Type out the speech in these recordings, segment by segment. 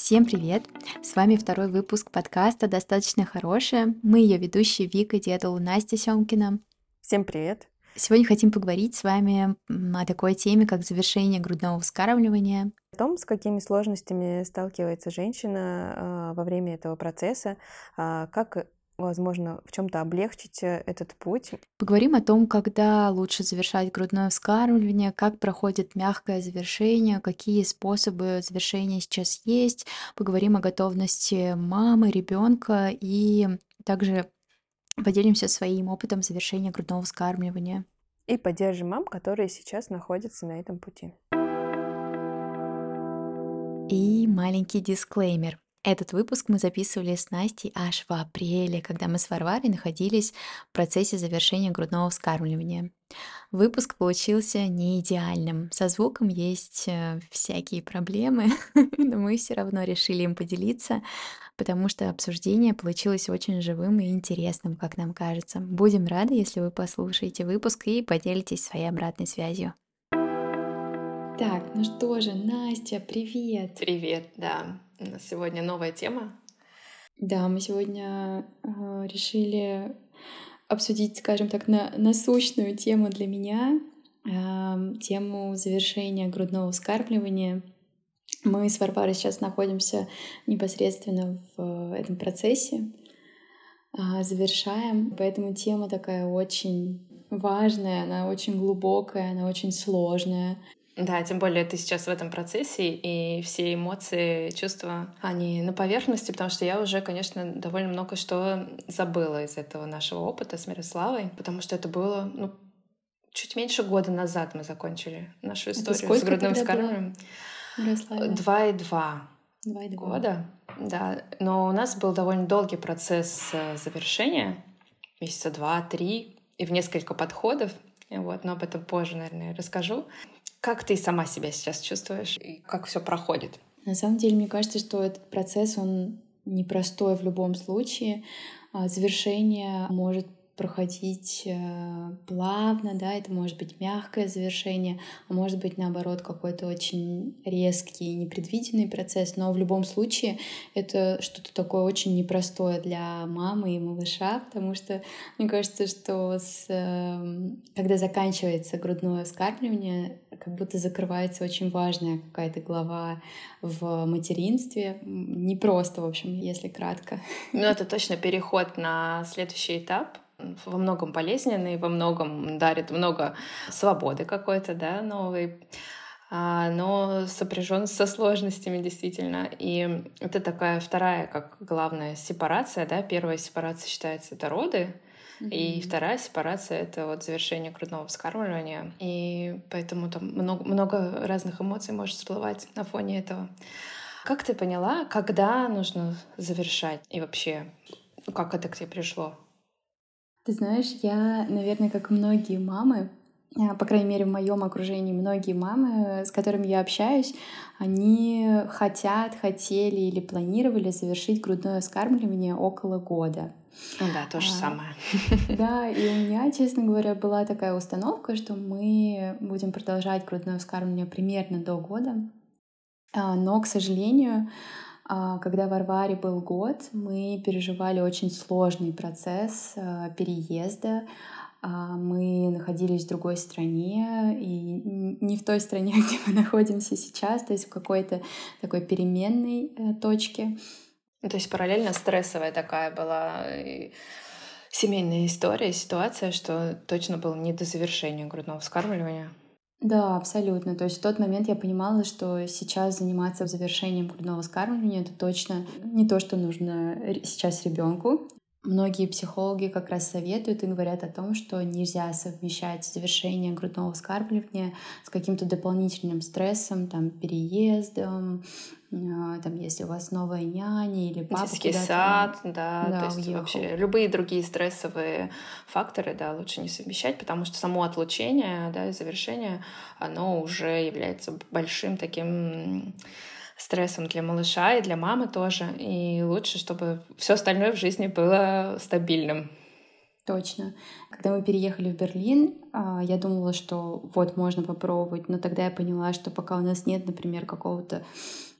Всем привет! С вами второй выпуск подкаста «Достаточно хорошая». Мы ее ведущие Вика Дедул, Настя Семкина. Всем привет! Сегодня хотим поговорить с вами о такой теме, как завершение грудного вскармливания. О том, с какими сложностями сталкивается женщина во время этого процесса, как, возможно, в чем-то облегчить этот путь. Поговорим о том, когда лучше завершать грудное вскармливание, как проходит мягкое завершение, какие способы завершения сейчас есть. Поговорим о готовности мамы, ребенка и также поделимся своим опытом завершения грудного вскармливания. И поддержим мам, которые сейчас находятся на этом пути. И маленький дисклеймер. Этот выпуск мы записывали с Настей аж в апреле, когда мы с Варварой находились в процессе завершения грудного вскармливания. Выпуск получился не идеальным. Со звуком есть всякие проблемы, но мы все равно решили им поделиться, потому что обсуждение получилось очень живым и интересным, как нам кажется. Будем рады, если вы послушаете выпуск и поделитесь своей обратной связью. Так, ну что же, Настя, привет! Привет, да. У нас сегодня новая тема. Да, мы сегодня решили обсудить, скажем так, насущную тему для меня, тему завершения грудного вскармливания. Мы с Варварой сейчас находимся непосредственно в этом процессе, завершаем, поэтому тема такая очень важная, она очень глубокая, она очень сложная. Да, тем более ты сейчас в этом процессе, и все эмоции, чувства, они на поверхности, потому что я уже, конечно, довольно много что забыла из этого нашего опыта с Мирославой, потому что это было, чуть меньше года назад мы закончили нашу Это историю с сколько грудным тогда было, вскармливанием. Мирославе? 2,2 2,2. года, да. Но у нас был довольно долгий процесс завершения, месяца 2-3, и в несколько подходов. Вот, но об этом позже, наверное, расскажу. Как ты сама себя сейчас чувствуешь и как все проходит? На самом деле, мне кажется, что этот процесс, он непростой в любом случае. Завершение может проходить плавно, да, это может быть мягкое завершение, а может быть, наоборот, какой-то очень резкий, непредвиденный процесс, но в любом случае это что-то такое очень непростое для мамы и малыша, потому что мне кажется, что когда заканчивается грудное вскармливание, как будто закрывается очень важная какая-то глава в материнстве. Непросто, в общем, если кратко. Ну, это точно переход на следующий этап. Во многом болезненный, во многом дарит много свободы какой-то, да, новой, но сопряжен со сложностями действительно. И это такая вторая, как главная сепарация, да. Первая сепарация считается это роды, и вторая сепарация — это вот завершение грудного вскармливания. И поэтому там много разных эмоций может всплывать на фоне этого. Как ты поняла, когда нужно завершать? И вообще, как это к тебе пришло? Ты знаешь, я, наверное, как многие мамы, по крайней мере, в моем окружении многие мамы, с которыми я общаюсь, они хотели или планировали завершить грудное вскармливание около года. Да, то же А, самое. Да, и у меня, честно говоря, была такая установка, что мы будем продолжать грудное вскармливание примерно до года. Но, к сожалению, когда Варваре был год, мы переживали очень сложный процесс переезда. Мы находились в другой стране, и не в той стране, где мы находимся сейчас, то есть в какой-то такой переменной точке. То есть параллельно стрессовая такая была и семейная история, ситуация, что точно было не до завершения грудного вскармливания. Да, абсолютно. То есть в тот момент я понимала, что сейчас заниматься завершением грудного вскармливания — это точно не то, что нужно сейчас ребенку. Многие психологи как раз советуют и говорят о том, что нельзя совмещать завершение грудного вскармливания с каким-то дополнительным стрессом, там, переездом, там, если у вас новая няня или папа Детский куда-то, сад, да, то да, есть уехал. вообще любые другие стрессовые факторы, да, лучше не совмещать, потому что само отлучение, да, и завершение, оно уже является большим таким стрессом для малыша и для мамы тоже. И лучше, чтобы все остальное в жизни было стабильным. Точно. Когда мы переехали в Берлин, я думала, что вот можно попробовать, но тогда я поняла, что пока у нас нет, например, какого-то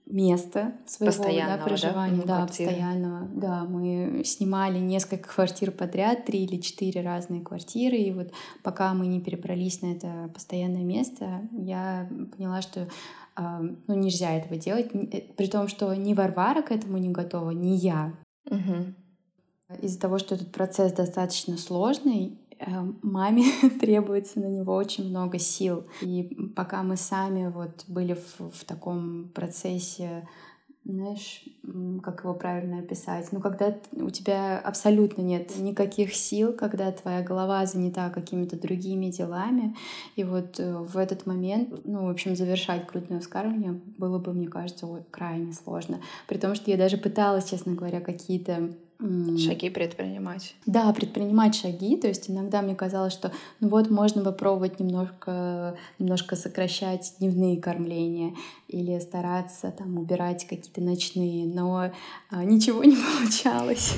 места своего, да, Постоянного, да, проживания, да, квартиры. постоянного. Да, мы снимали несколько квартир подряд, 3 или 4 разные квартиры, и вот пока мы не перебрались на это постоянное место, я поняла, что ну, нельзя этого делать, при том, что ни Варвара к этому не готова, ни я. Мгм. Из-за того, что этот процесс достаточно сложный, маме требуется на него очень много сил. И пока мы сами вот были в таком процессе, знаешь, как его правильно описать? Ну, когда у тебя абсолютно нет никаких сил, когда твоя голова занята какими-то другими делами, и вот в этот момент, ну, в общем, завершать грудное вскармливание было бы, мне кажется, крайне сложно. При том, что я даже пыталась, честно говоря, какие-то Шаги предпринимать. да, предпринимать шаги. То есть иногда мне казалось, что ну вот можно попробовать немножко сокращать дневные кормления или стараться там убирать какие-то ночные, но ничего не получалось.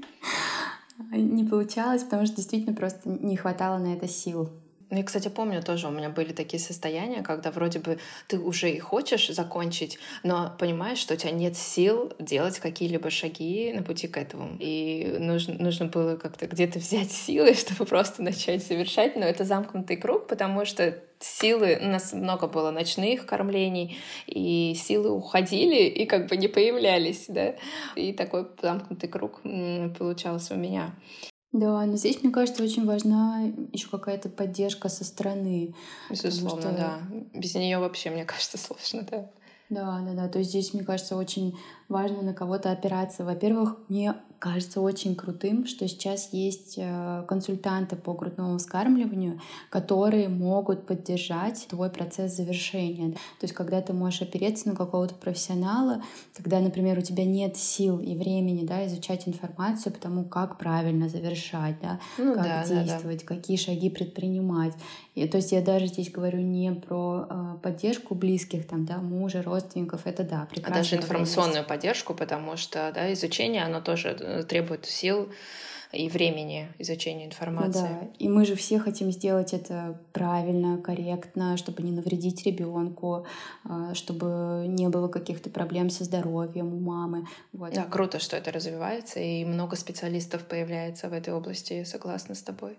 Не получалось, потому что действительно просто не хватало на это сил. Я, кстати, помню тоже, у меня были такие состояния, когда вроде бы ты уже и хочешь закончить, но понимаешь, что у тебя нет сил делать какие-либо шаги на пути к этому. И нужно было как-то где-то взять силы, чтобы просто начать совершать. Но это замкнутый круг, потому что силы, у нас много было ночных кормлений, и силы уходили и как бы не появлялись, да. И такой замкнутый круг получался у меня. Да, но здесь, мне кажется, очень важна еще какая-то поддержка со стороны, потому Безусловно, что да. Без нее вообще, мне кажется, сложно, да. да, да, да. То есть здесь, мне кажется, очень важно на кого-то опираться. Во-первых, мне кажется очень крутым, что сейчас есть консультанты по грудному вскармливанию, которые могут поддержать твой процесс завершения. То есть когда ты можешь опереться на какого-то профессионала, когда, например, у тебя нет сил и времени, да, изучать информацию по тому, как правильно завершать, да, Ну как да, да, да. действовать, какие шаги предпринимать. И, то есть я даже здесь говорю не про поддержку близких, там, да, мужа, родственников, это да, А прекрасно, даже когда есть. информационную поддержку, потому что да, изучение, оно тоже требует сил и времени изучения Ну информации. да, и мы же все хотим сделать это правильно, корректно, чтобы не навредить ребенку, чтобы не было каких-то проблем со здоровьем у мамы. Вот. Да, круто, что это развивается, и много специалистов появляется в этой области, я согласна с тобой.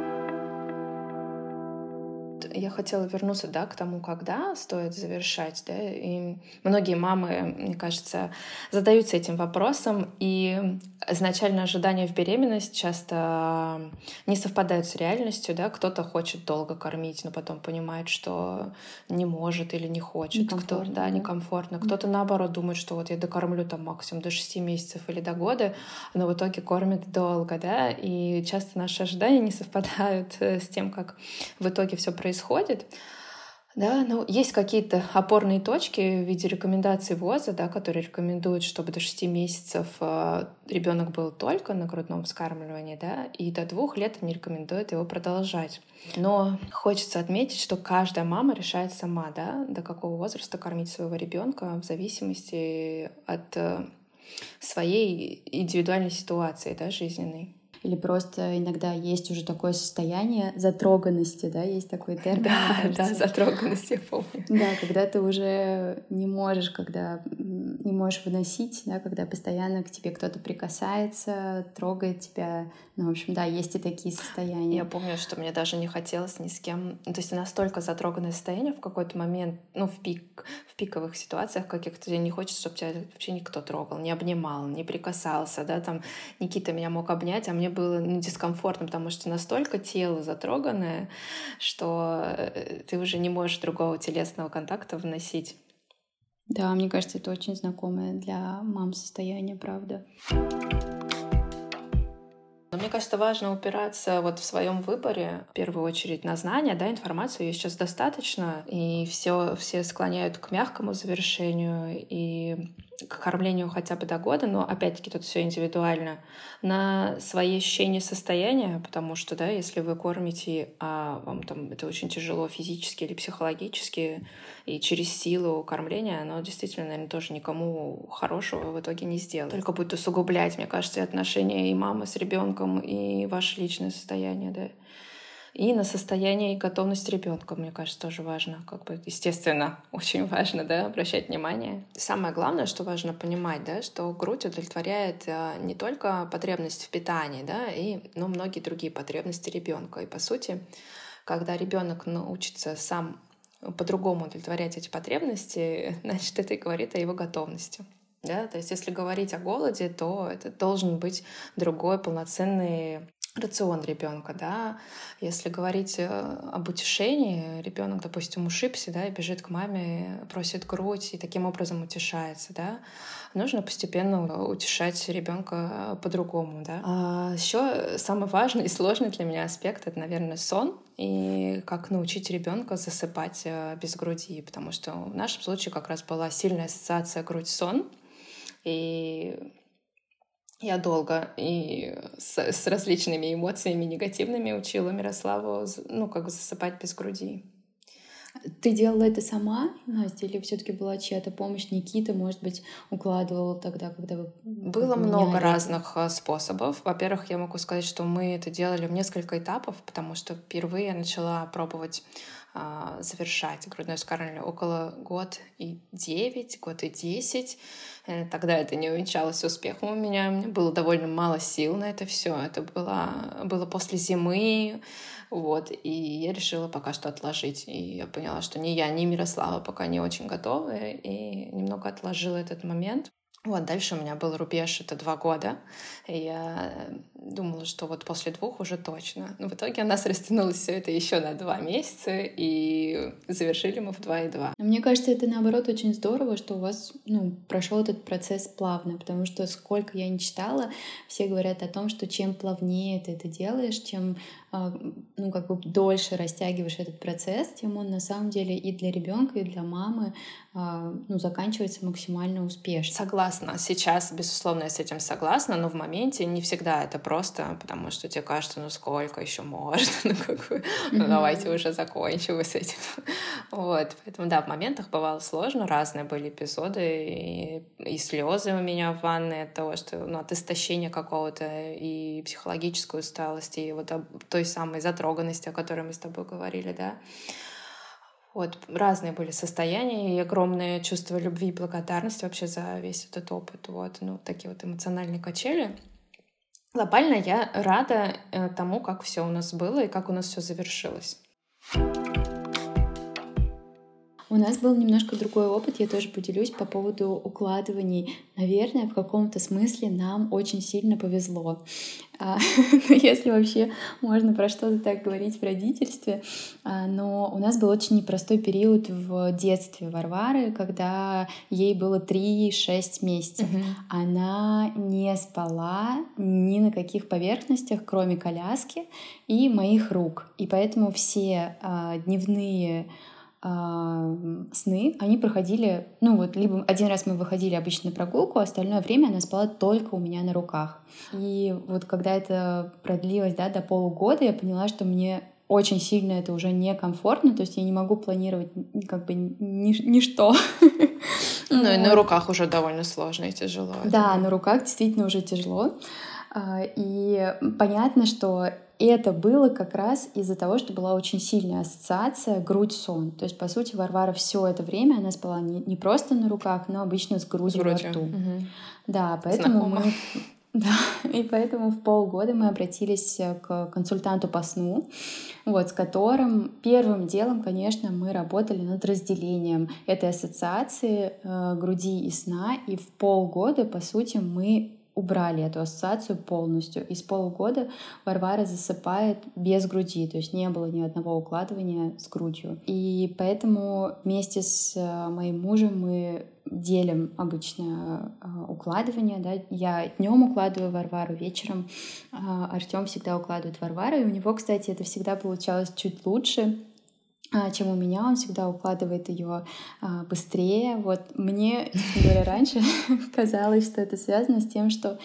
Я хотела вернуться, да, к тому, когда стоит завершать, да, и многие мамы, мне кажется, задаются этим вопросом, и изначально ожидания в беременность часто не совпадают с реальностью, да, кто-то хочет долго кормить, но потом понимает, что не может или не хочет, кто, Некомфортно, да, да. некомфортно, кто-то наоборот думает, что вот я докормлю там максимум до 6 месяцев или до года, но в итоге кормит долго, да, и часто наши ожидания не совпадают с тем, как в итоге все происходит. Да, ну, есть какие-то опорные точки в виде рекомендаций ВОЗа, да, которые рекомендуют, чтобы до 6 месяцев ребенок был только на грудном вскармливании, да, и до 2 лет не рекомендуют его продолжать. Но хочется отметить, что каждая мама решает сама, да, до какого возраста кормить своего ребенка в зависимости от своей индивидуальной ситуации, да, жизненной. Или просто иногда есть уже такое состояние затроганности, да, есть такой термин, мне Да, кажется. затроганность, я помню. Да, когда ты уже не можешь, когда не можешь выносить, да, когда постоянно к тебе кто-то прикасается, трогает тебя. Ну, в общем, да, есть и такие состояния. Я помню, что мне даже не хотелось ни с кем... То есть настолько затроганное состояние в какой-то момент, ну, в пиковых ситуациях каких-то, тебе не хочется, чтобы тебя вообще никто трогал, не обнимал, не прикасался, да, там Никита меня мог обнять, а мне было дискомфортно, потому что настолько тело затроганное, что ты уже не можешь другого телесного контакта вносить. Да, мне кажется, это очень знакомое для мам состояние, правда. Но мне кажется, важно упираться вот в своем выборе, в первую очередь, на знания, да, информацию ее сейчас достаточно, и все склоняют к мягкому завершению и к кормлению хотя бы до года, но опять-таки тут все индивидуально, на свои ощущения состояния, потому что, да, если вы кормите, а вам там это очень тяжело физически или психологически, и через силу кормления, оно действительно, наверное, тоже никому хорошего в итоге не сделает. Только будет усугублять, мне кажется, и отношения и мамы с ребенком, и ваше личное состояние, да. И на состояние и готовность ребенка, мне кажется, тоже важно. Естественно, очень важно, да, обращать внимание. Самое главное, что важно понимать, да, что грудь удовлетворяет не только потребность в питании, да, но многие другие потребности ребенка. И по сути, когда ребенок научится сам по-другому удовлетворять эти потребности, значит, это и говорит о его готовности. Да? То есть если говорить о голоде, то это должен быть другой полноценный рацион ребенка, да. Если говорить об утешении, ребенок, допустим, ушибся, да, и бежит к маме, просит грудь и таким образом утешается, да. Нужно постепенно утешать ребенка по-другому, да. А еще самый важный и сложный для меня аспект — это, наверное, сон и как научить ребенка засыпать без груди, потому что в нашем случае как раз была сильная ассоциация грудь-сон, и я долго и с различными эмоциями негативными учила Мирославу, засыпать без груди. Ты делала это сама, Настя, или все-таки была чья-то помощь? Никита, может быть, укладывал тогда, когда вы Было много разных способов. Во-первых, я могу сказать, что мы это делали в несколько этапов, потому что впервые я начала пробовать завершать грудное вскармливание около 1.9 года, 1.10. Тогда это не увенчалось успехом у меня. Мне было довольно мало сил на это все. Это было после зимы. И я решила пока что отложить. И я поняла, что ни я, ни Мирослава пока не очень готовы. И немного отложила этот момент. Дальше у меня был рубеж, это 2 года. И я думала, что после 2 уже точно. Но в итоге у нас растянулось все это еще на 2 месяца, и завершили мы в 2,2. Мне кажется, это наоборот очень здорово, что у вас прошел этот процесс плавно, потому что сколько я не читала, все говорят о том, что чем плавнее ты это делаешь, чем дольше растягиваешь этот процесс, тем он на самом деле и для ребенка, и для мамы заканчивается максимально успешно. Согласна. Сейчас, безусловно, я с этим согласна, но в моменте не всегда это просто, потому что тебе кажется, сколько еще можно, давайте уже закончим с этим. Поэтому, да, в моментах бывало сложно, разные были эпизоды, и слезы у меня в ванной от того, что от истощения какого-то, и психологической усталости, и той самой затроганности, о которой мы с тобой говорили, да. Разные были состояния, и огромное чувство любви и благодарности вообще за весь этот опыт. Такие эмоциональные качели. Глобально я рада тому, как все у нас было и как у нас все завершилось. У нас был немножко другой опыт, я тоже поделюсь по поводу укладываний. Наверное, в каком-то смысле нам очень сильно повезло. Если вообще можно про что-то так говорить в родительстве. Но у нас был очень непростой период в детстве Варвары, когда ей было 3-6 месяцев. Она не спала ни на каких поверхностях, кроме коляски и моих рук. И поэтому все дневные сны, они проходили, либо один раз мы выходили обычно на прогулку, а остальное время она спала только у меня на руках. И когда это продлилось, до полугода, я поняла, что мне очень сильно это уже некомфортно, то есть я не могу планировать ничто. И на руках уже довольно сложно и тяжело. Да, на руках действительно уже тяжело. И понятно, что это было как раз из-за того, что была очень сильная ассоциация грудь-сон. То есть, по сути, Варвара все это время она спала не просто на руках, но обычно с грудью во рту. Угу. Да, поэтому и поэтому в полгода мы обратились к консультанту по сну, с которым первым делом, конечно, мы работали над разделением этой ассоциации груди и сна, и в полгода, по сути, мы убрали эту ассоциацию полностью. И с полугода Варвара засыпает без груди, то есть не было ни одного укладывания с грудью. И поэтому вместе с моим мужем мы делим обычно укладывание. Да? Я днем укладываю Варвару, вечером Артём всегда укладывает Варвару. И у него, кстати, это всегда получалось чуть лучше, чем у меня. Он всегда укладывает ее быстрее. Мне, честно говоря, раньше казалось, что это связано с тем, что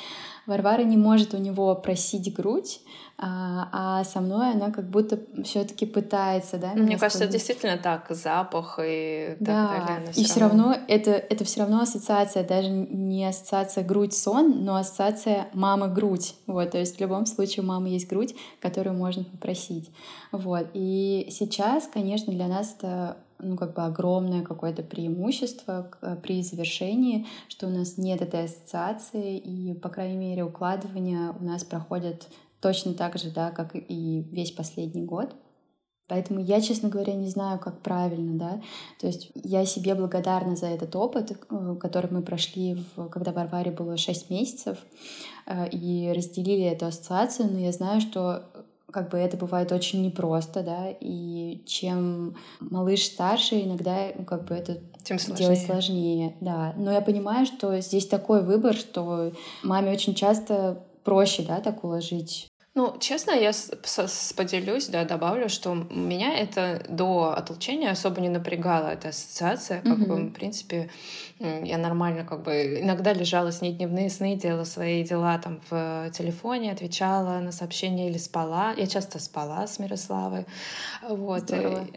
Варвара не может у него просить грудь, а со мной она как будто все-таки пытается, да, Мне меня кажется, это склонить. действительно так, запах и так далее, Да, но и все все равно. равно это все равно ассоциация, даже не ассоциация грудь-сон, но ассоциация мама-грудь. Вот, то есть в любом случае у мамы есть грудь, которую можно попросить. Вот, и сейчас, конечно, для нас это ну, как бы огромное какое-то преимущество при завершении, что у нас нет этой ассоциации, и, по крайней мере, укладывания у нас проходят точно так же, да, как и весь последний год. Поэтому я, честно говоря, не знаю, как правильно, да. То есть я себе благодарна за этот опыт, который мы прошли, когда Варваре было 6 месяцев, и разделили эту ассоциацию, но я знаю, что как бы это бывает очень непросто, да, и чем малыш старше, иногда как бы это Тем делать сложнее. сложнее, да. Но я понимаю, что здесь такой выбор, что маме очень часто проще, да, так уложить. Ну, честно, я поделюсь, да, добавлю, что меня это до отлучения особо не напрягала эта ассоциация. Как бы, в Мгм. принципе, я нормально как бы иногда лежала с ней дневные сны, делала свои дела там в телефоне, отвечала на сообщения или спала. Я часто спала с Мирославой. Вот. Здорово.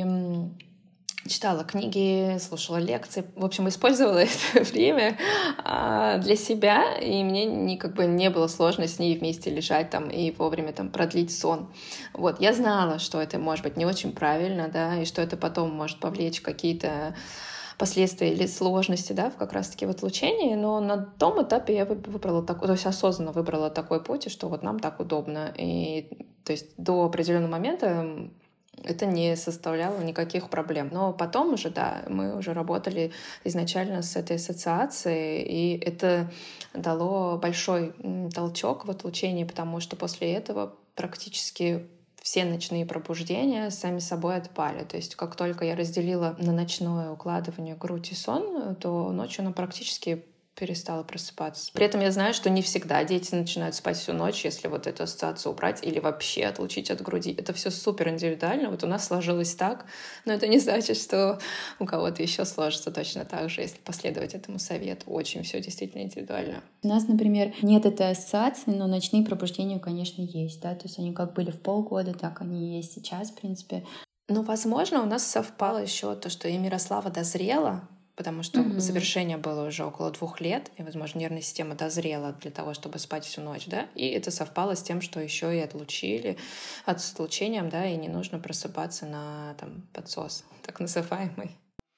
Читала книги, слушала лекции. В общем, использовала это время для себя, и мне как бы не было сложно с ней вместе лежать там и вовремя там продлить сон. Вот. Я знала, что это может быть не очень правильно, да, и что это потом может повлечь какие-то последствия или сложности, да, как раз-таки в отлучении, но на том этапе я выбрала такой, то есть осознанно выбрала такой путь, что вот нам так удобно. И то есть до определенного момента это не составляло никаких проблем. Но потом уже, да, мы уже работали изначально с этой ассоциацией, и это дало большой толчок в отлучении, потому что после этого практически все ночные пробуждения сами собой отпали. То есть как только я разделила на ночное укладывание грудь и сон, то ночью она практически перестала просыпаться. При этом я знаю, что не всегда дети начинают спать всю ночь, если вот эту ассоциацию убрать или вообще отлучить от груди. Это все супер индивидуально. Вот у нас сложилось так, но это не значит, что у кого-то еще сложится точно так же, если последовать этому совету. Очень все действительно индивидуально. У нас, например, нет этой ассоциации, но ночные пробуждения, конечно, есть, да, то есть они как были в полгода, так они и есть сейчас, в принципе. Ну, возможно, у нас совпало еще то, что и Мирослава дозрела, потому что Мгм. завершение было уже около 2 лет, и, возможно, нервная система дозрела для того, чтобы спать всю ночь, да, и это совпало с тем, что еще и отлучили, с отлучением, да, и не нужно просыпаться на там подсос, так называемый.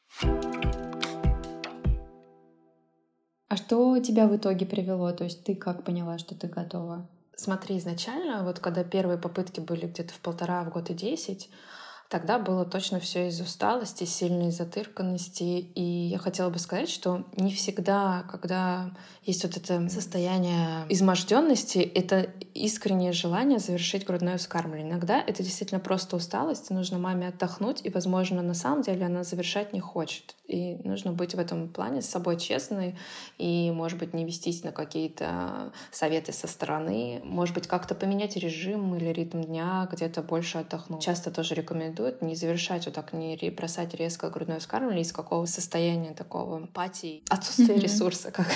А что тебя в итоге привело? То есть ты как поняла, что ты готова? Смотри, изначально, вот когда первые попытки были где-то в 1,5, в год и 10, тогда было точно все из усталости, сильной затырканности. И я хотела бы сказать, что не всегда, когда есть вот это состояние изможденности, это искреннее желание завершить грудное вскармливание. Иногда это действительно просто усталость, и нужно маме отдохнуть, и, возможно, на самом деле она завершать не хочет. И нужно быть в этом плане с собой честной и, может быть, не вестись на какие-то советы со стороны, может быть, как-то поменять режим или ритм дня, где-то больше отдохнуть. Часто тоже рекомендуют не завершать вот так, не бросать резко грудное вскармливание из какого состояния такого апатии, отсутствия Мгм. ресурса, как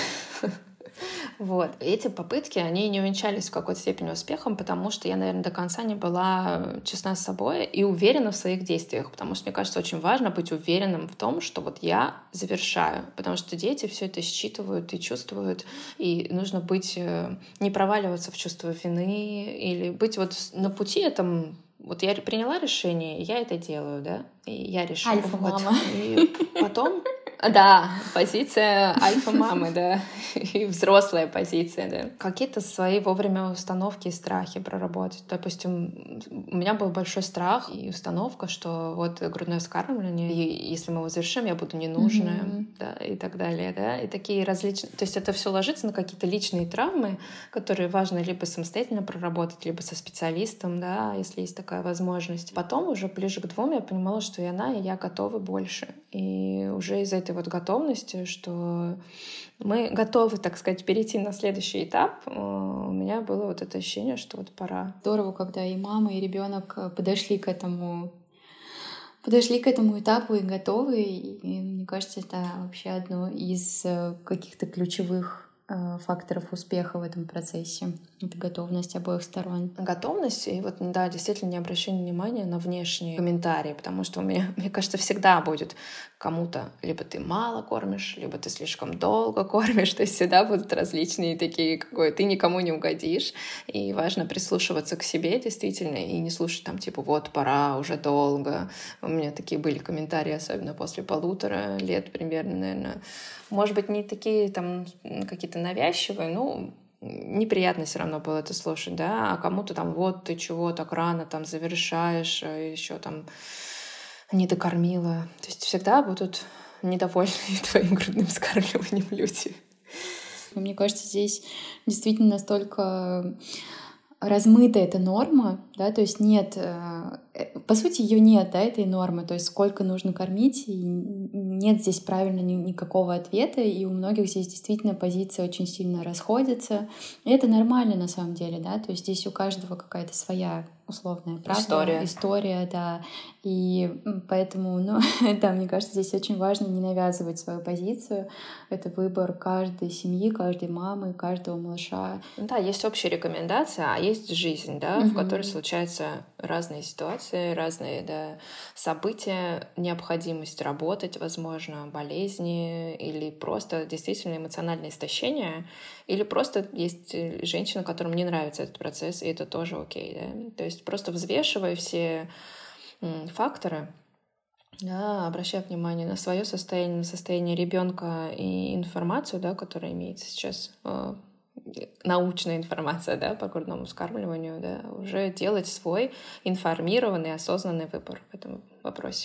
вот. И эти попытки, они не увенчались в какой-то степени успехом, потому что я, наверное, до конца не была честна с собой и уверена в своих действиях, потому что, мне кажется, очень важно быть уверенным в том, что вот я завершаю, потому что дети все это считывают и чувствуют, и нужно быть, не проваливаться в чувство вины или быть вот на пути этом. Вот я приняла решение, я это делаю, да, и я решаю. Вот. Альфа-мама. И потом да, позиция альфа-мамы, да, и взрослая позиция, да. Какие-то свои вовремя установки и страхи проработать. Допустим, у меня был большой страх и установка, что вот грудное вскармливание, и если мы его завершим, я буду ненужная, Мгм. да, и так далее, да, и такие различные... То есть это все ложится на какие-то личные травмы, которые важно либо самостоятельно проработать, либо со специалистом, да, если есть такая возможность. Потом уже ближе к 2 я понимала, что и она, и я готовы больше. И уже из этой вот готовности, что мы готовы, так сказать, перейти на следующий этап, у меня было вот это ощущение, что вот пора. Здорово, когда и мама, и ребенок подошли к этому этапу и готовы. И мне кажется, это вообще одно из каких-то ключевых факторов успеха в этом процессе. Это готовность обоих сторон. Готовность и вот, да, действительно не обращение внимания на внешние комментарии, потому что мне кажется, всегда будет кому-то либо ты мало кормишь, либо ты слишком долго кормишь, то есть всегда будут различные такие, какой ты никому не угодишь, и важно прислушиваться к себе действительно и не слушать там типа вот пора, уже долго. У меня такие были комментарии, особенно после 1,5 лет примерно, наверное. Может быть, не такие там какие-то навязчивые, но неприятно все равно было это слушать, да, а кому-то там вот ты чего так рано там завершаешь, еще там не докормила. То есть всегда будут недовольны твоим грудным вскармливанием люди. Мне кажется, здесь действительно настолько размыта эта норма, да, то есть нет, по сути, ее нет, да, этой нормы, то есть сколько нужно кормить, и нет здесь правильно никакого ответа, и у многих здесь действительно позиции очень сильно расходятся, и это нормально на самом деле, да, то есть здесь у каждого какая-то своя условная правда, история, да, и поэтому, ну, да, мне кажется, здесь очень важно не навязывать свою позицию, это выбор каждой семьи, каждой мамы, каждого малыша. Да, есть общие рекомендации, а есть жизнь, да, в которой случаются разные ситуации, разные, да, события, необходимость работать, возможно, болезни или просто действительно эмоциональное истощение, или просто есть женщины, которым не нравится этот процесс, и это тоже окей, да. То есть просто взвешивая все факторы, да, обращая внимание на свое состояние, на состояние ребенка и информацию, да, которая имеется сейчас, научная информация, да, по грудному вскармливанию, да, уже делать свой информированный, осознанный выбор в этом вопросе.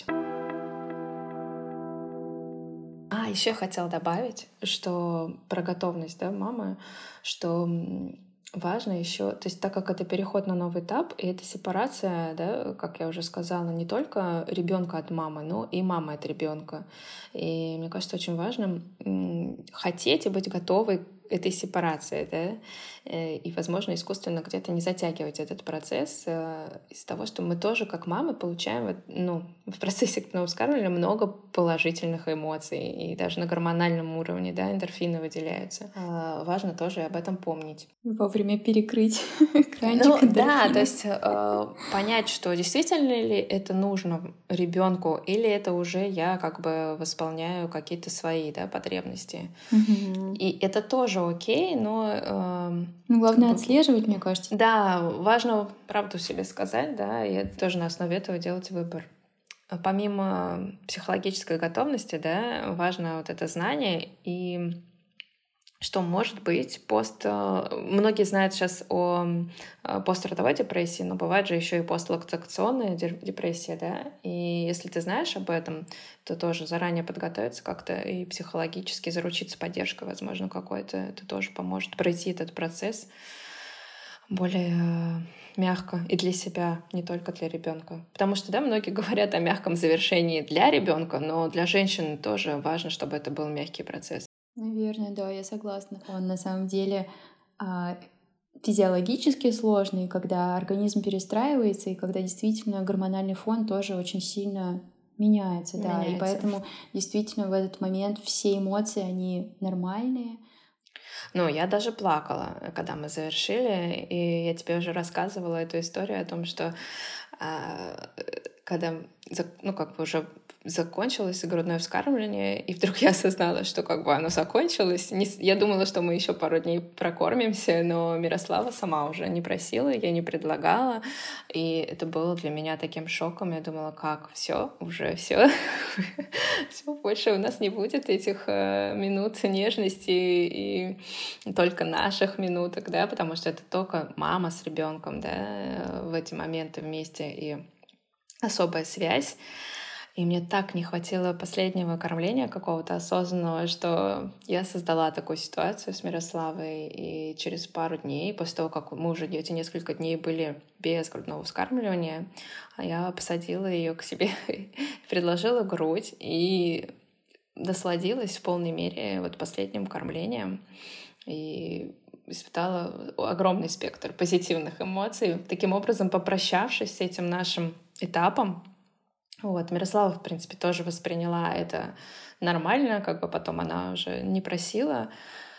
Еще я хотела добавить, что про готовность, да, мамы, что важно еще, то есть так как это переход на новый этап, и это сепарация, да, как я уже сказала, не только ребенка от мамы, но и мамы от ребенка. И мне кажется, очень важно хотеть и быть готовой к этой сепарации, да, и, возможно, искусственно где-то не затягивать этот процесс из-за того, что мы тоже, как мамы, получаем, ну, в процессе грудного вскармливания много положительных эмоций, и даже на гормональном уровне, да, эндорфины выделяются. Важно тоже об этом помнить. Вовремя перекрыть кранчик Ну эндорфинов. да, то есть понять, что действительно ли это нужно ребенку, или это уже я как бы восполняю какие-то свои, да, потребности. И это тоже окей, но... Ну, главное отслеживать, мне кажется. Да, важно правду себе сказать, да, и тоже на основе этого делать выбор. Помимо психологической готовности, да, важно вот это знание и что может быть Многие знают сейчас о постродовой депрессии, но бывает же еще и постлактационная депрессия, да. И если ты знаешь об этом, то тоже заранее подготовиться как-то и психологически заручиться поддержкой, возможно, какой-то. Это тоже поможет пройти этот процесс более мягко и для себя, не только для ребенка. Потому что, да, многие говорят о мягком завершении для ребенка, но для женщины тоже важно, чтобы это был мягкий процесс. Наверное, да, я согласна. Он на самом деле физиологически сложный, когда организм перестраивается, и когда действительно гормональный фон тоже очень сильно меняется, да, и поэтому действительно в этот момент все эмоции, они нормальные. Ну, я даже плакала, когда мы завершили, и я тебе уже рассказывала эту историю о том, что когда, ну, как бы уже закончилось грудное вскармливание, и вдруг я осознала, что как бы оно закончилось. Я думала, что мы еще пару дней прокормимся, но Мирослава сама уже не просила, я не предлагала, и это было для меня таким шоком. Я думала, как, все, уже все, больше у нас не будет этих минут нежности и только наших минуток, да, потому что это только мама с ребенком, да, в эти моменты вместе, и особая связь. И мне так не хватило последнего кормления какого-то осознанного, что я создала такую ситуацию с Мирославой, и через пару дней, после того, как мы уже эти несколько дней были без грудного вскармливания, я посадила ее к себе, предложила грудь и насладилась в полной мере вот последним кормлением. И испытала огромный спектр позитивных эмоций, таким образом попрощавшись с этим нашим этапом. Вот, Мирослава, в принципе, тоже восприняла это нормально, как бы потом она уже не просила.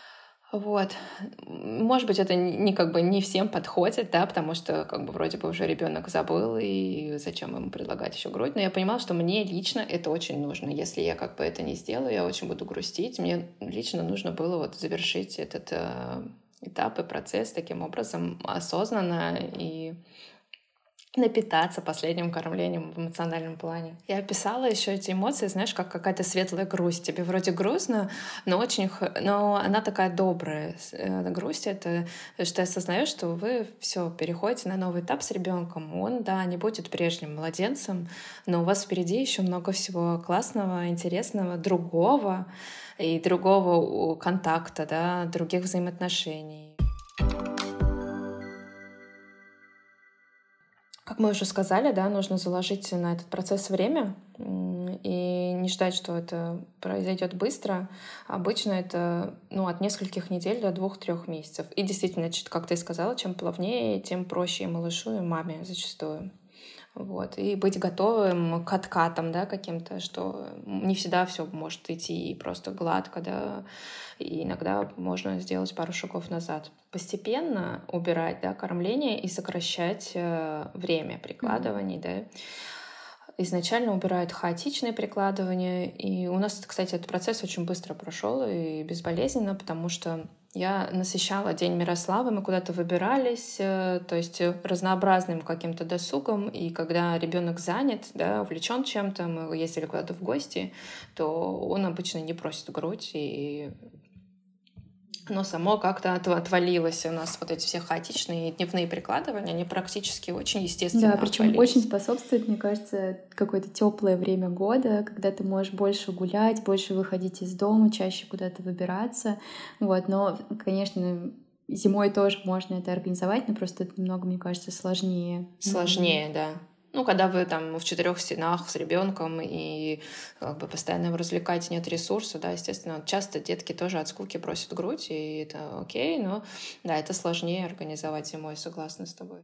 Вот. Может быть, это не всем подходит, да, потому что вроде бы уже ребенок забыл, и зачем ему предлагать еще грудь. Но я понимала, что мне лично это очень нужно. Если я это не сделаю, я очень буду грустить. Мне лично нужно было завершить этот этап и процесс таким образом осознанно и напитаться последним кормлением в эмоциональном плане. Я описала еще эти эмоции, знаешь, как какая-то светлая грусть. Тебе вроде грустно, но она такая добрая. Грусть — это что ты осознаешь, что вы все переходите на новый этап с ребенком. Он, да, не будет прежним младенцем, но у вас впереди еще много всего классного, интересного, другого контакта, да, других взаимоотношений. Как мы уже сказали, да, нужно заложить на этот процесс время и не ждать, что это произойдет быстро. Обычно это от нескольких недель до 2-3 месяцев. И действительно, как ты и сказала, чем плавнее, тем проще и малышу, и маме зачастую. Вот. И быть готовым к откатам, да, каким-то, что не всегда все может идти просто гладко, да, и иногда можно сделать пару шагов назад. Постепенно убирать, да, кормление и сокращать время прикладываний, да. Изначально убирают хаотичные прикладывания, и у нас, кстати, этот процесс очень быстро прошел и безболезненно, потому что я насыщала День Мирославы, мы куда-то выбирались, то есть разнообразным каким-то досугом, и когда ребенок занят, да, увлечен чем-то, мы ездили куда-то в гости, то он обычно не просит грудь, и оно само как-то отвалилось. У нас вот эти все хаотичные дневные прикладывания, они практически очень естественно Да, причем отвалились. очень способствует, мне кажется, какое-то теплое время года, когда ты можешь больше гулять, больше выходить из дома, чаще куда-то выбираться. Вот. Но, конечно, зимой тоже можно это организовать, но просто это немного, мне кажется, сложнее. Сложнее, да. Когда вы там в 4 стенах с ребенком и постоянно его развлекаете, нет ресурса, да, естественно, часто детки тоже от скуки просят грудь, и это окей, но да, это сложнее организовать зимой, согласна с тобой.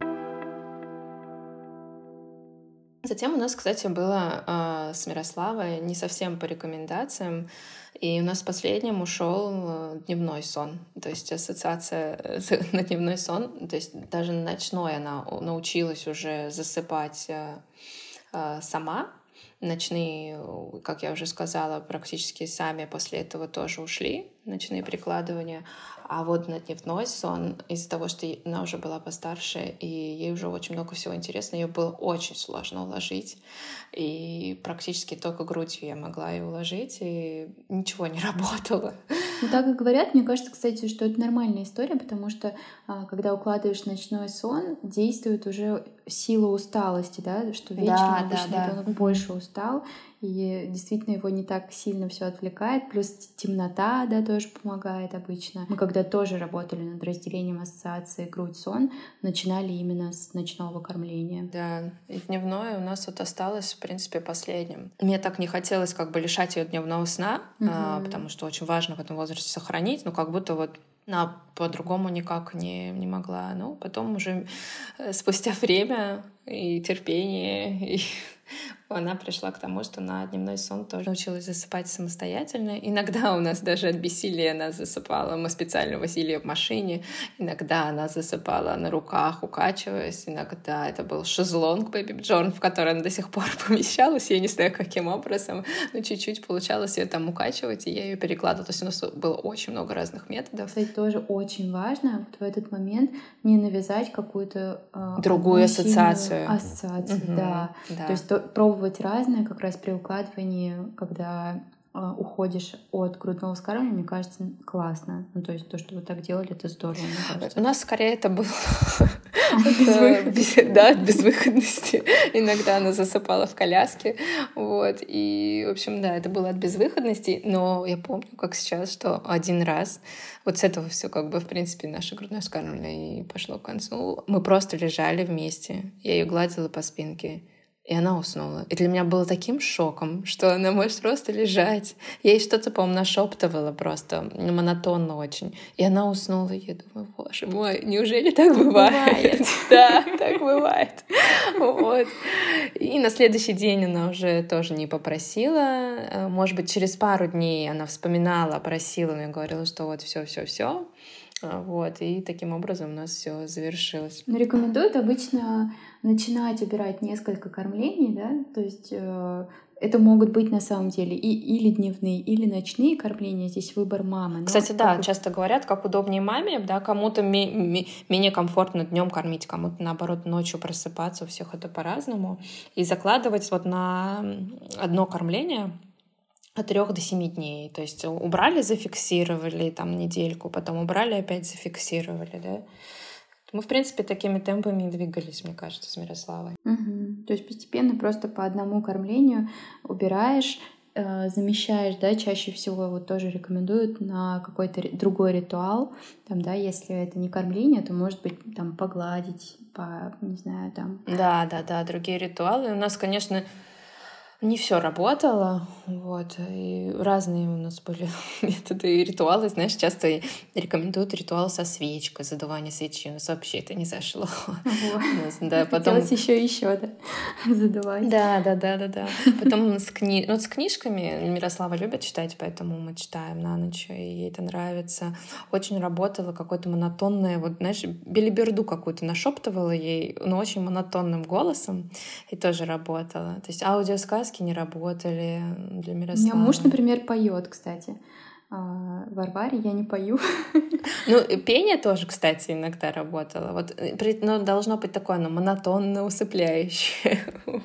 Затем у нас, кстати, было с Мирославой не совсем по рекомендациям, и у нас последним ушел дневной сон. То есть ассоциация на дневной сон, то есть даже ночной она научилась уже засыпать сама. Ночные, как я уже сказала, практически сами после этого тоже ушли, ночные прикладывания. А вот на дневной сон, из-за того, что она уже была постарше, и ей уже очень много всего интересного, ее было очень сложно уложить. И практически только грудью я могла ее уложить, и ничего не работало. Ну, так и говорят. Мне кажется, кстати, что это нормальная история, потому что когда укладываешь ночной сон, действует уже сила усталости, да, что вечером обычно ребенок больше устал, и действительно его не так сильно все отвлекает, плюс темнота, да, тоже помогает обычно. Мы когда тоже работали над разделением ассоциации грудь-сон, начинали именно с ночного кормления. Да, и дневное у нас вот осталось, в принципе, последним. Мне так не хотелось бежать ее дневного сна, потому что очень важно в этом возрасте сохранить, но как будто вот по-другому никак не могла. Но потом уже спустя время и терпение, и она пришла к тому, что на дневной сон тоже научилась засыпать самостоятельно. Иногда у нас даже от бессилия она засыпала. Мы специально возили ее в машине. Иногда она засыпала на руках, укачиваясь. Иногда это был шезлонг Baby Bjorn, в который она до сих пор помещалась. Я не знаю, каким образом, но чуть-чуть получалось ее там укачивать, и я ее перекладывала. То есть у нас было очень много разных методов. Кстати, тоже очень важно в этот момент не навязать какую-то другую ассоциацию. Да. То есть пробовать разное как раз при укладывании, когда уходишь от грудного вскармливания, мне кажется, классно. Ну, то есть то, что вы так делали, это здорово, мне кажется. У нас скорее это было от безвыходности. Иногда она засыпала в коляске. Вот. И, в общем, да, это было от безвыходности. Но я помню, как сейчас, что один раз вот с этого все в принципе, наше грудное вскармливание и пошло к концу. Мы просто лежали вместе. Я ее гладила по спинке. И она уснула. И для меня было таким шоком, что она может просто лежать. Я ей что-то, по-моему, нашептывала просто, монотонно очень. И она уснула. И я думаю, боже мой, неужели так бывает? Да, так бывает. Вот. И на следующий день она уже тоже не попросила. Может быть, через пару дней она вспоминала, просила, но я говорила, что вот все. Вот, и таким образом у нас все завершилось. Но рекомендуют обычно начинать убирать несколько кормлений, да, то есть это могут быть на самом деле или дневные, или ночные кормления, здесь выбор мамы. Но Кстати, да, часто говорят, как удобнее маме, да, кому-то менее комфортно днем кормить, кому-то, наоборот, ночью просыпаться, у всех это по-разному. И закладывать вот на одно кормление от 3 до 7 дней. То есть убрали, зафиксировали там недельку, потом убрали, опять зафиксировали, да. Мы, в принципе, такими темпами и двигались, мне кажется, с Мирославой. То есть постепенно просто по одному кормлению убираешь, замещаешь, да, чаще всего вот тоже рекомендуют на какой-то другой ритуал, там, да, если это не кормление, то, может быть, там, погладить, не знаю, там. Да, другие ритуалы. У нас, конечно, не все работало, вот, и разные у нас были методы и ритуалы, знаешь, часто рекомендуют ритуал со свечкой, задувание свечи, у нас вообще это не зашло. Да, потом еще, да, задувать. Да. Потом с книжками Мирослава любит читать, поэтому мы читаем на ночь, и ей это нравится. Очень работало какое-то монотонное, вот, знаешь, белиберду какую-то нашептывала ей, но очень монотонным голосом, и тоже работало. То есть аудиосказки не работали для Мирославы. У меня муж, например, поет, кстати. Варваре я не пою. Ну, пение тоже, кстати, иногда работало. Вот, но должно быть такое, оно монотонно, усыпляющее.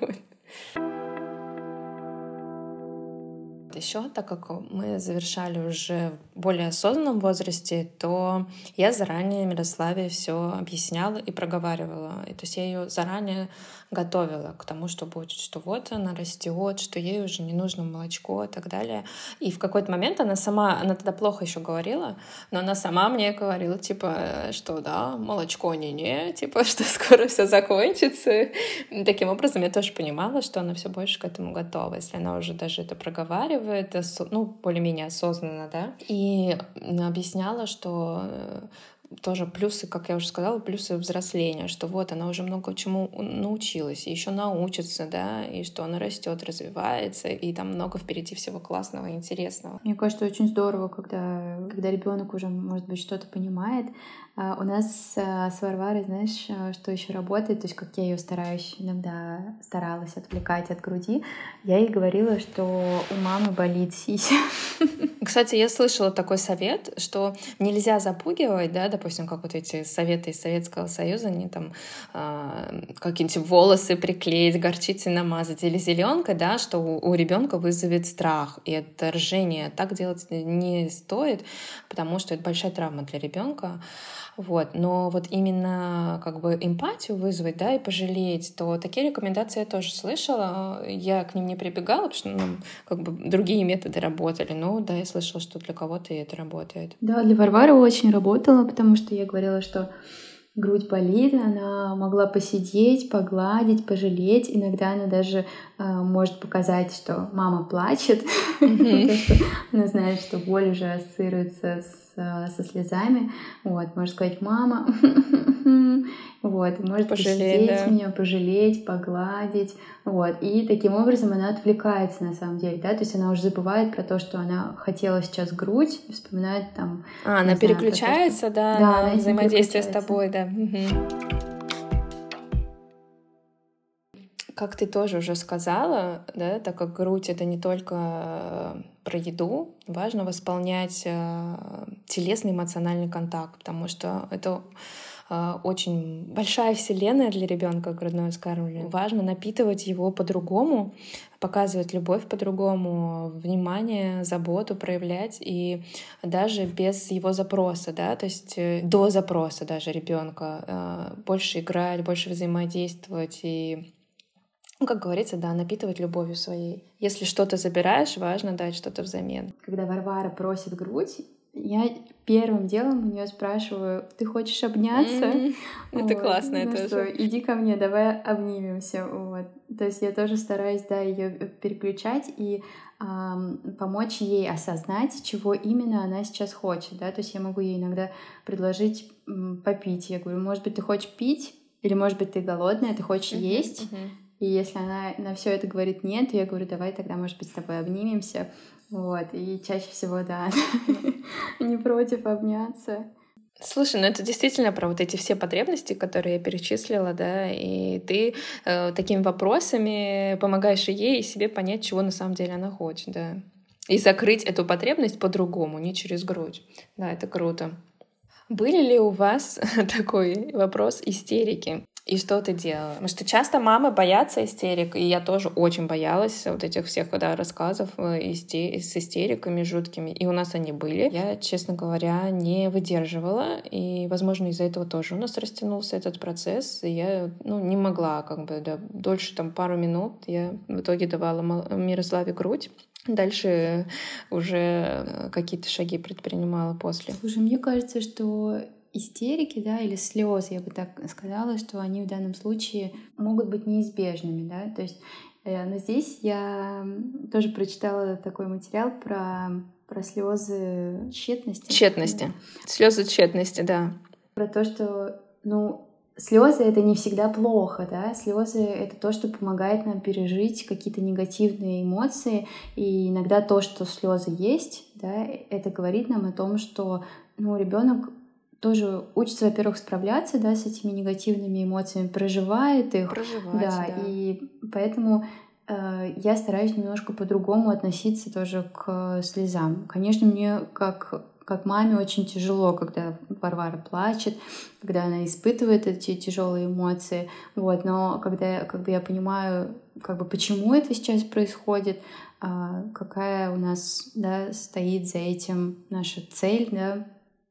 Еще, так как мы завершали уже в более осознанном возрасте, то я заранее Мирославе все объясняла и проговаривала. И, то есть я ее заранее готовила к тому, что будет, что вот она растет, что ей уже не нужно молочко и так далее. И в какой-то момент она тогда плохо еще говорила, но она сама мне говорила, типа, что да, молочко не, типа, что скоро все закончится. И таким образом я тоже понимала, что она все больше к этому готова, если она уже даже это проговаривает, ну, более-менее осознанно, да, и объясняла, что тоже плюсы, как я уже сказала, плюсы взросления, что вот она уже много чему научилась, и еще научится, да, и что она растет, развивается, и там много впереди всего классного и интересного. Мне кажется, очень здорово, когда ребенок уже, может быть, что-то понимает. У нас с Варварой, знаешь, что еще работает, то есть как я ее старалась отвлекать от груди, я ей говорила, что у мамы болит сися. Кстати, я слышала такой совет, что нельзя запугивать, да, допустим, как вот эти советы из Советского Союза, они там какие-нибудь волосы приклеить, горчицей намазать или зеленкой, да, что у ребенка вызовет страх и отторжение. Так делать не стоит, потому что это большая травма для ребенка. Вот. Но вот именно как бы эмпатию вызвать, да, и пожалеть, то такие рекомендации я тоже слышала. Я к ним не прибегала, потому что как бы другие методы работали. Но да, я слышала, что для кого-то и это работает. Да, для Варвары очень работало, потому что я говорила, что грудь болит, она могла посидеть, погладить, пожалеть. Иногда она даже может показать, что мама плачет, потому что она знает, что боль уже ассоциируется со слезами. Вот, может сказать, мама, вот, может посидеть меня, пожалеть, погладить. Вот, и таким образом она отвлекается на самом деле, да, то есть она уже забывает про то, что она хотела сейчас грудь, и вспоминает там... она переключается, да, на взаимодействие с тобой, да. Как ты тоже уже сказала, да, так как грудь — это не только про еду, важно восполнять телесный эмоциональный контакт, потому что это очень большая вселенная для ребенка грудное вскармливание. Важно напитывать его по-другому, показывать любовь по-другому, внимание, заботу проявлять, и даже без его запроса, да, то есть до запроса даже ребенка больше играть, больше взаимодействовать и, ну, как говорится, да, напитывать любовью своей. Если что-то забираешь, важно дать что-то взамен. Когда Варвара просит грудь, я первым делом у нее спрашиваю: ты хочешь обняться? Это классно, это что, иди ко мне, давай обнимемся. Вот. То есть я тоже стараюсь, да, ее переключать и помочь ей осознать, чего именно она сейчас хочет, да. То есть я могу ей иногда предложить попить. Я говорю: может быть, ты хочешь пить? Или, может быть, ты голодная, ты хочешь есть? И если она на все это говорит нет, то я говорю: давай тогда, может быть, с тобой обнимемся. Вот. И чаще всего, да, не против обняться. Слушай, ну это действительно про вот эти все потребности, которые я перечислила, да, и ты такими вопросами помогаешь и ей, и себе понять, чего на самом деле она хочет, да. И закрыть эту потребность по-другому, не через грудь. Да, это круто. Были ли у вас такой вопрос истерики? И что ты делала? Потому что часто мамы боятся истерик, и я тоже очень боялась вот этих всех рассказов с истериками жуткими, и у нас они были. Я, честно говоря, не выдерживала, и, возможно, из-за этого тоже у нас растянулся этот процесс, и я не могла дольше пару минут. Я в итоге давала Мирославе грудь. Дальше уже какие-то шаги предпринимала после. Слушай, мне кажется, что истерики, да, или слезы, я бы так сказала, что они в данном случае могут быть неизбежными, да, то есть, но здесь я тоже прочитала такой материал про слезы тщетности. Тщетности. Слезы тщетности, да. Про то, что, слезы это не всегда плохо, да, слезы это то, что помогает нам пережить какие-то негативные эмоции, и иногда то, что слезы есть, да, это говорит нам о том, что, ребенок тоже учится, во-первых, справляться, да, с этими негативными эмоциями, проживает их, да. И поэтому я стараюсь немножко по-другому относиться тоже к слезам. Конечно, мне как маме очень тяжело, когда Варвара плачет, когда она испытывает эти тяжелые эмоции, но когда я понимаю, почему это сейчас происходит, какая у нас, да, стоит за этим наша цель, да,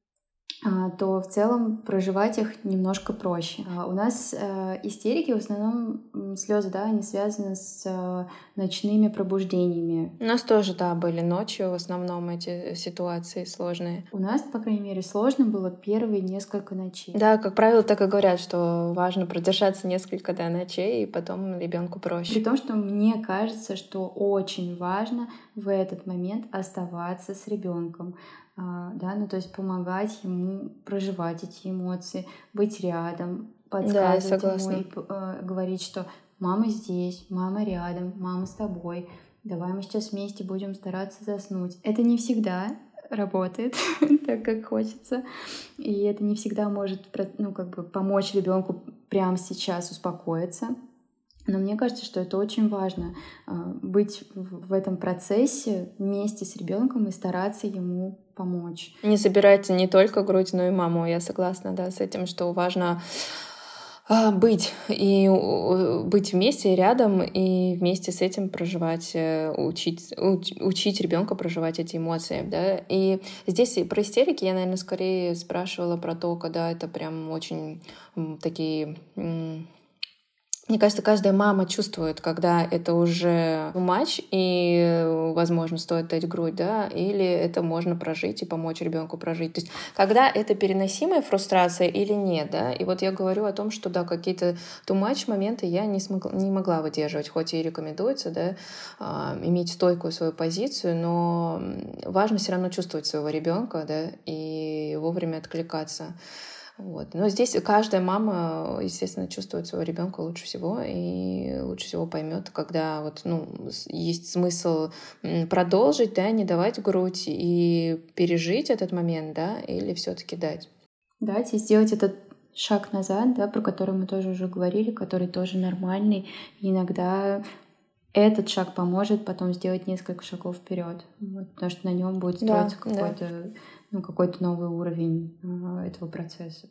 то в целом проживать их немножко проще. У нас истерики, в основном слезы, да, они связаны с ночными пробуждениями. У нас тоже, да, были ночью в основном эти ситуации сложные. У нас, по крайней мере, сложно было первые несколько ночей. Да, как правило, так и говорят, что важно продержаться несколько ночей, и потом ребенку проще. При том, что мне кажется, что очень важно в этот момент оставаться с ребенком. Да, то есть помогать ему проживать эти эмоции, быть рядом, подсказывать ему и говорить, что мама здесь, мама рядом, мама с тобой, давай мы сейчас вместе будем стараться заснуть. Это не всегда работает так, как хочется, и это не всегда может помочь ребенку прямо сейчас успокоиться. Но мне кажется, что это очень важно быть в этом процессе вместе с ребенком и стараться ему помочь. Не забирайте не только грудь, но и маму. Я согласна, да, с этим, что важно быть вместе рядом и вместе с этим проживать, учить ребенка проживать эти эмоции, да. И здесь про истерики я, наверное, скорее спрашивала про то, когда это прям очень такие... Мне кажется, каждая мама чувствует, когда это уже матч, и, возможно, стоит дать грудь, да, или это можно прожить и помочь ребенку прожить. То есть, когда это переносимая фрустрация или нет, да, и вот я говорю о том, что, да, какие-то too-much моменты я не могла выдерживать, хоть и рекомендуется, да, иметь стойкую свою позицию, но важно все равно чувствовать своего ребенка, да, и вовремя откликаться. Но здесь каждая мама, естественно, чувствует своего ребенка лучше всего и лучше всего поймет, когда есть смысл продолжить, да, не давать грудь и пережить этот момент, да, или все-таки дать. Дать и сделать этот шаг назад, да, про который мы тоже уже говорили, который тоже нормальный. И иногда этот шаг поможет потом сделать несколько шагов вперед, потому что на нем будет строиться какой-то новый уровень этого процесса.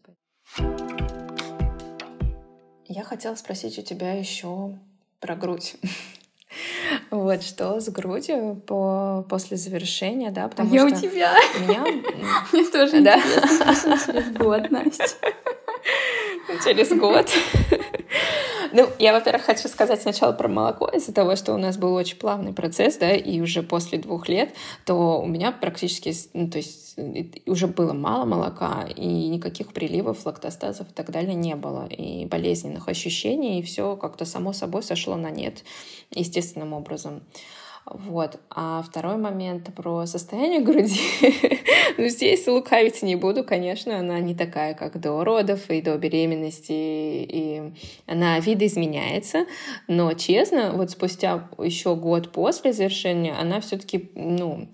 Я хотела спросить у тебя еще про грудь. Что с грудью после завершения, да, потому что... у тебя? Мне тоже интересно, через год, Настя. Через год. Я, во-первых, хочу сказать сначала про молоко. Из-за того, что у нас был очень плавный процесс, да, и уже после 2 лет, то у меня практически, то есть уже было мало молока, и никаких приливов, лактостазов и так далее не было, и болезненных ощущений, и все как-то само собой сошло на нет естественным образом. А второй момент про состояние груди. Здесь лукавить не буду, конечно, она не такая, как до родов и до беременности, и она видоизменяется, но честно, спустя еще год после завершения она все-таки,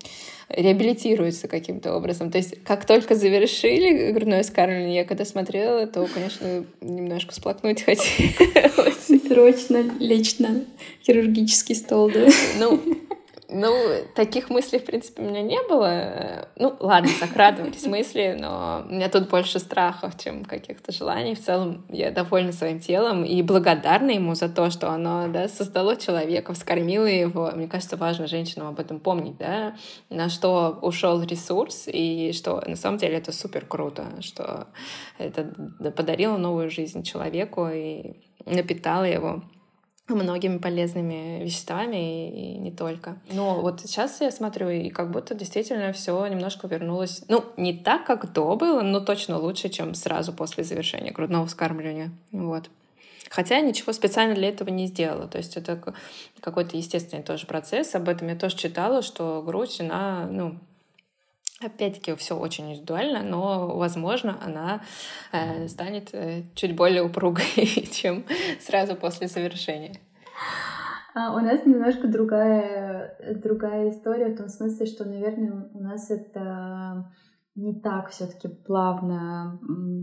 реабилитируется каким-то образом. То есть как только завершили грудное вскармливание, я когда смотрела, то, конечно, немножко всплакнуть хотелось. Срочно лечь на хирургический стол, да? Ну, таких мыслей, в принципе, у меня не было. Ну, ладно, закрадывались мысли, но у меня тут больше страхов, чем каких-то желаний. В целом, я довольна своим телом и благодарна ему за то, что оно, да, создало человека, вскормило его. Мне кажется, важно женщинам об этом помнить, да, на что ушел ресурс, и что на самом деле это супер круто, что это подарило новую жизнь человеку и напитало его многими полезными веществами и не только. Но вот сейчас я смотрю, и как будто действительно все немножко вернулось. Ну, не так, как до было, но точно лучше, чем сразу после завершения грудного вскармливания. Вот. Хотя ничего специально для этого не сделала. То есть это какой-то естественный тоже процесс. Об этом я тоже читала, что грудь, она, ну, опять-таки, все очень индивидуально, но, возможно, она станет чуть более упругой, чем сразу после завершения. У нас немножко другая история в том смысле, что, наверное, у нас это не так все-таки плавно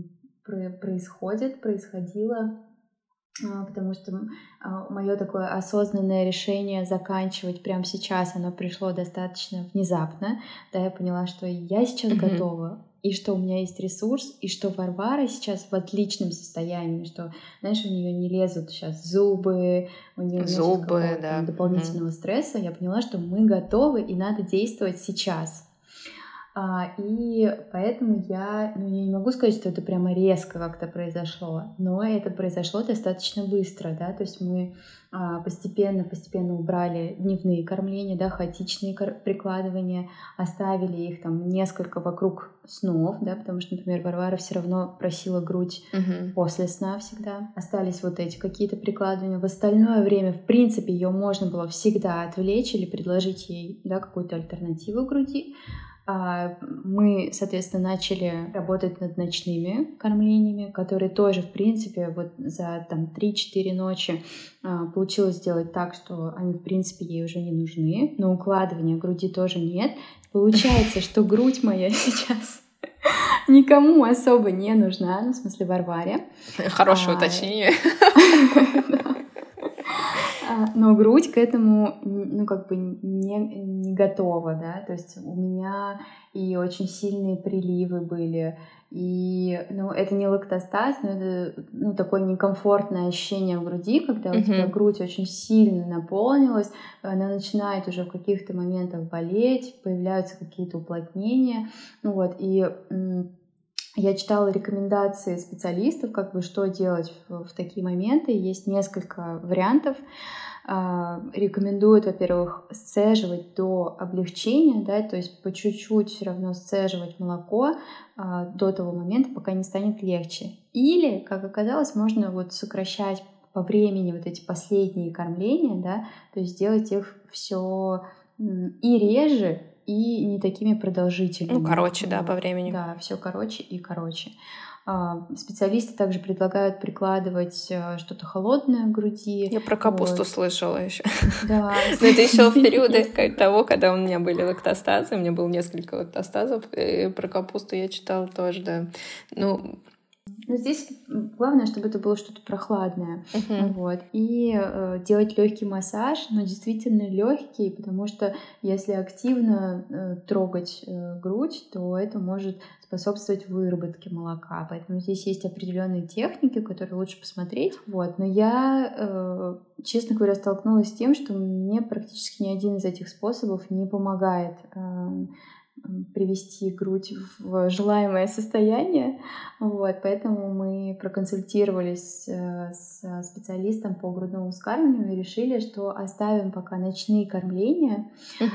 происходило. Потому что мое такое осознанное решение заканчивать прямо сейчас, оно пришло достаточно внезапно. Да, я поняла, что я сейчас готова, и что у меня есть ресурс, и что Варвара сейчас в отличном состоянии, что, знаешь, у нее не лезут сейчас зубы, у нее нет какого-то там дополнительного стресса. Я поняла, что мы готовы, и надо действовать сейчас. И поэтому я не могу сказать, что это прямо резко как-то произошло, но это произошло достаточно быстро, да, то есть мы постепенно убрали дневные кормления, да, хаотичные прикладывания, оставили их там несколько вокруг снов, да, потому что, например, Варвара все равно просила грудь после сна всегда. Остались вот эти какие-то прикладывания. В остальное время, в принципе, ее можно было всегда отвлечь или предложить ей, да, какую-то альтернативу груди. Мы, соответственно, начали работать над ночными кормлениями, которые тоже, в принципе, вот за там 3-4 ночи получилось сделать так, что они, в принципе, ей уже не нужны, но укладывания груди тоже нет. Получается, что грудь моя сейчас никому особо не нужна, ну, в смысле, Варваре. Хорошее уточнение. Но грудь к этому, ну, как бы не готова, да, то есть у меня и очень сильные приливы были, и, ну, это не лактостаз, но это, ну, такое некомфортное ощущение в груди, когда у тебя грудь очень сильно наполнилась, она начинает уже в каких-то моментах болеть, появляются какие-то уплотнения, ну, вот, и я читала рекомендации специалистов, как бы что делать в такие моменты. Есть несколько вариантов. Рекомендуют, во-первых, сцеживать до облегчения, да, то есть по чуть-чуть все равно сцеживать молоко до того момента, пока не станет легче. Или, как оказалось, можно вот сокращать по времени вот эти последние кормления, да, то есть делать их все и реже, и не такими продолжительными. Ну, короче, да, по времени. Да, все короче и короче. Специалисты также предлагают прикладывать что-то холодное к груди. Я про капусту слышала еще. Да. Но это еще в периоды того, когда у меня были лактостазы, у меня было несколько лактостазов, и про капусту я читала тоже, да. Ну, здесь главное, чтобы это было что-то прохладное. Вот. И делать легкий массаж, но действительно легкий, потому что если активно трогать грудь, то это может способствовать выработке молока. Поэтому здесь есть определенные техники, которые лучше посмотреть. Вот. Но я, честно говоря, столкнулась с тем, что мне практически ни один из этих способов не помогает привести грудь в желаемое состояние. Вот, поэтому мы проконсультировались с специалистом по грудному вскармливанию и решили, что оставим пока ночные кормления.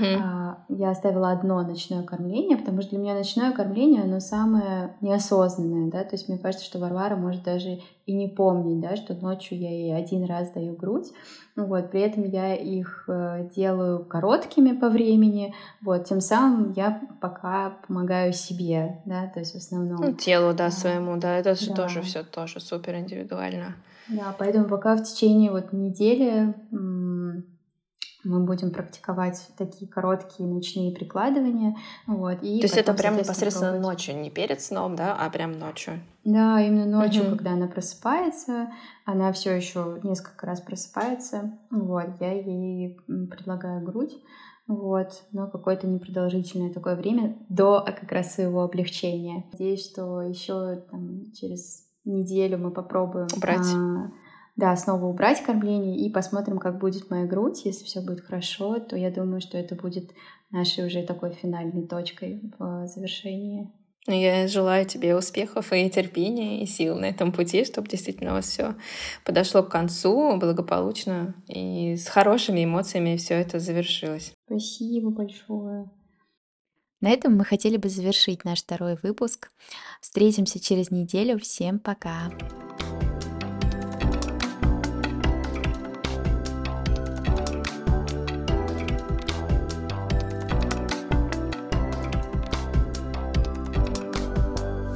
Я оставила одно ночное кормление, потому что для меня ночное кормление, оно самое неосознанное, да, то есть мне кажется, что Варвара может даже и не помнить, да, что ночью я ей один раз даю грудь. Вот, при этом я их делаю короткими по времени, вот, тем самым я пока помогаю себе, да, то есть в основном... Ну, телу, да, своему, да, это же тоже все тоже супер индивидуально. Да, поэтому пока в течение вот недели Мы будем практиковать такие короткие ночные прикладывания. Вот, и То есть это потом, прям соответственно, непосредственно пробовать. ночью, не перед сном, да, а прям ночью. Да, именно ночью, Мгм. когда она просыпается, она все еще несколько раз просыпается. Вот, я ей предлагаю грудь. Вот, но какое-то непродолжительное такое время до как раз своего облегчения. Надеюсь, что еще через неделю мы попробуем, Убрать. да, снова убрать кормление и посмотрим, как будет моя грудь. Если все будет хорошо, то я думаю, что это будет нашей уже такой финальной точкой в завершении. Ну, я желаю тебе успехов и терпения, и сил на этом пути, чтобы действительно у вас все подошло к концу благополучно и с хорошими эмоциями все это завершилось. Спасибо большое. На этом мы хотели бы завершить наш второй выпуск. Встретимся через неделю. Всем пока!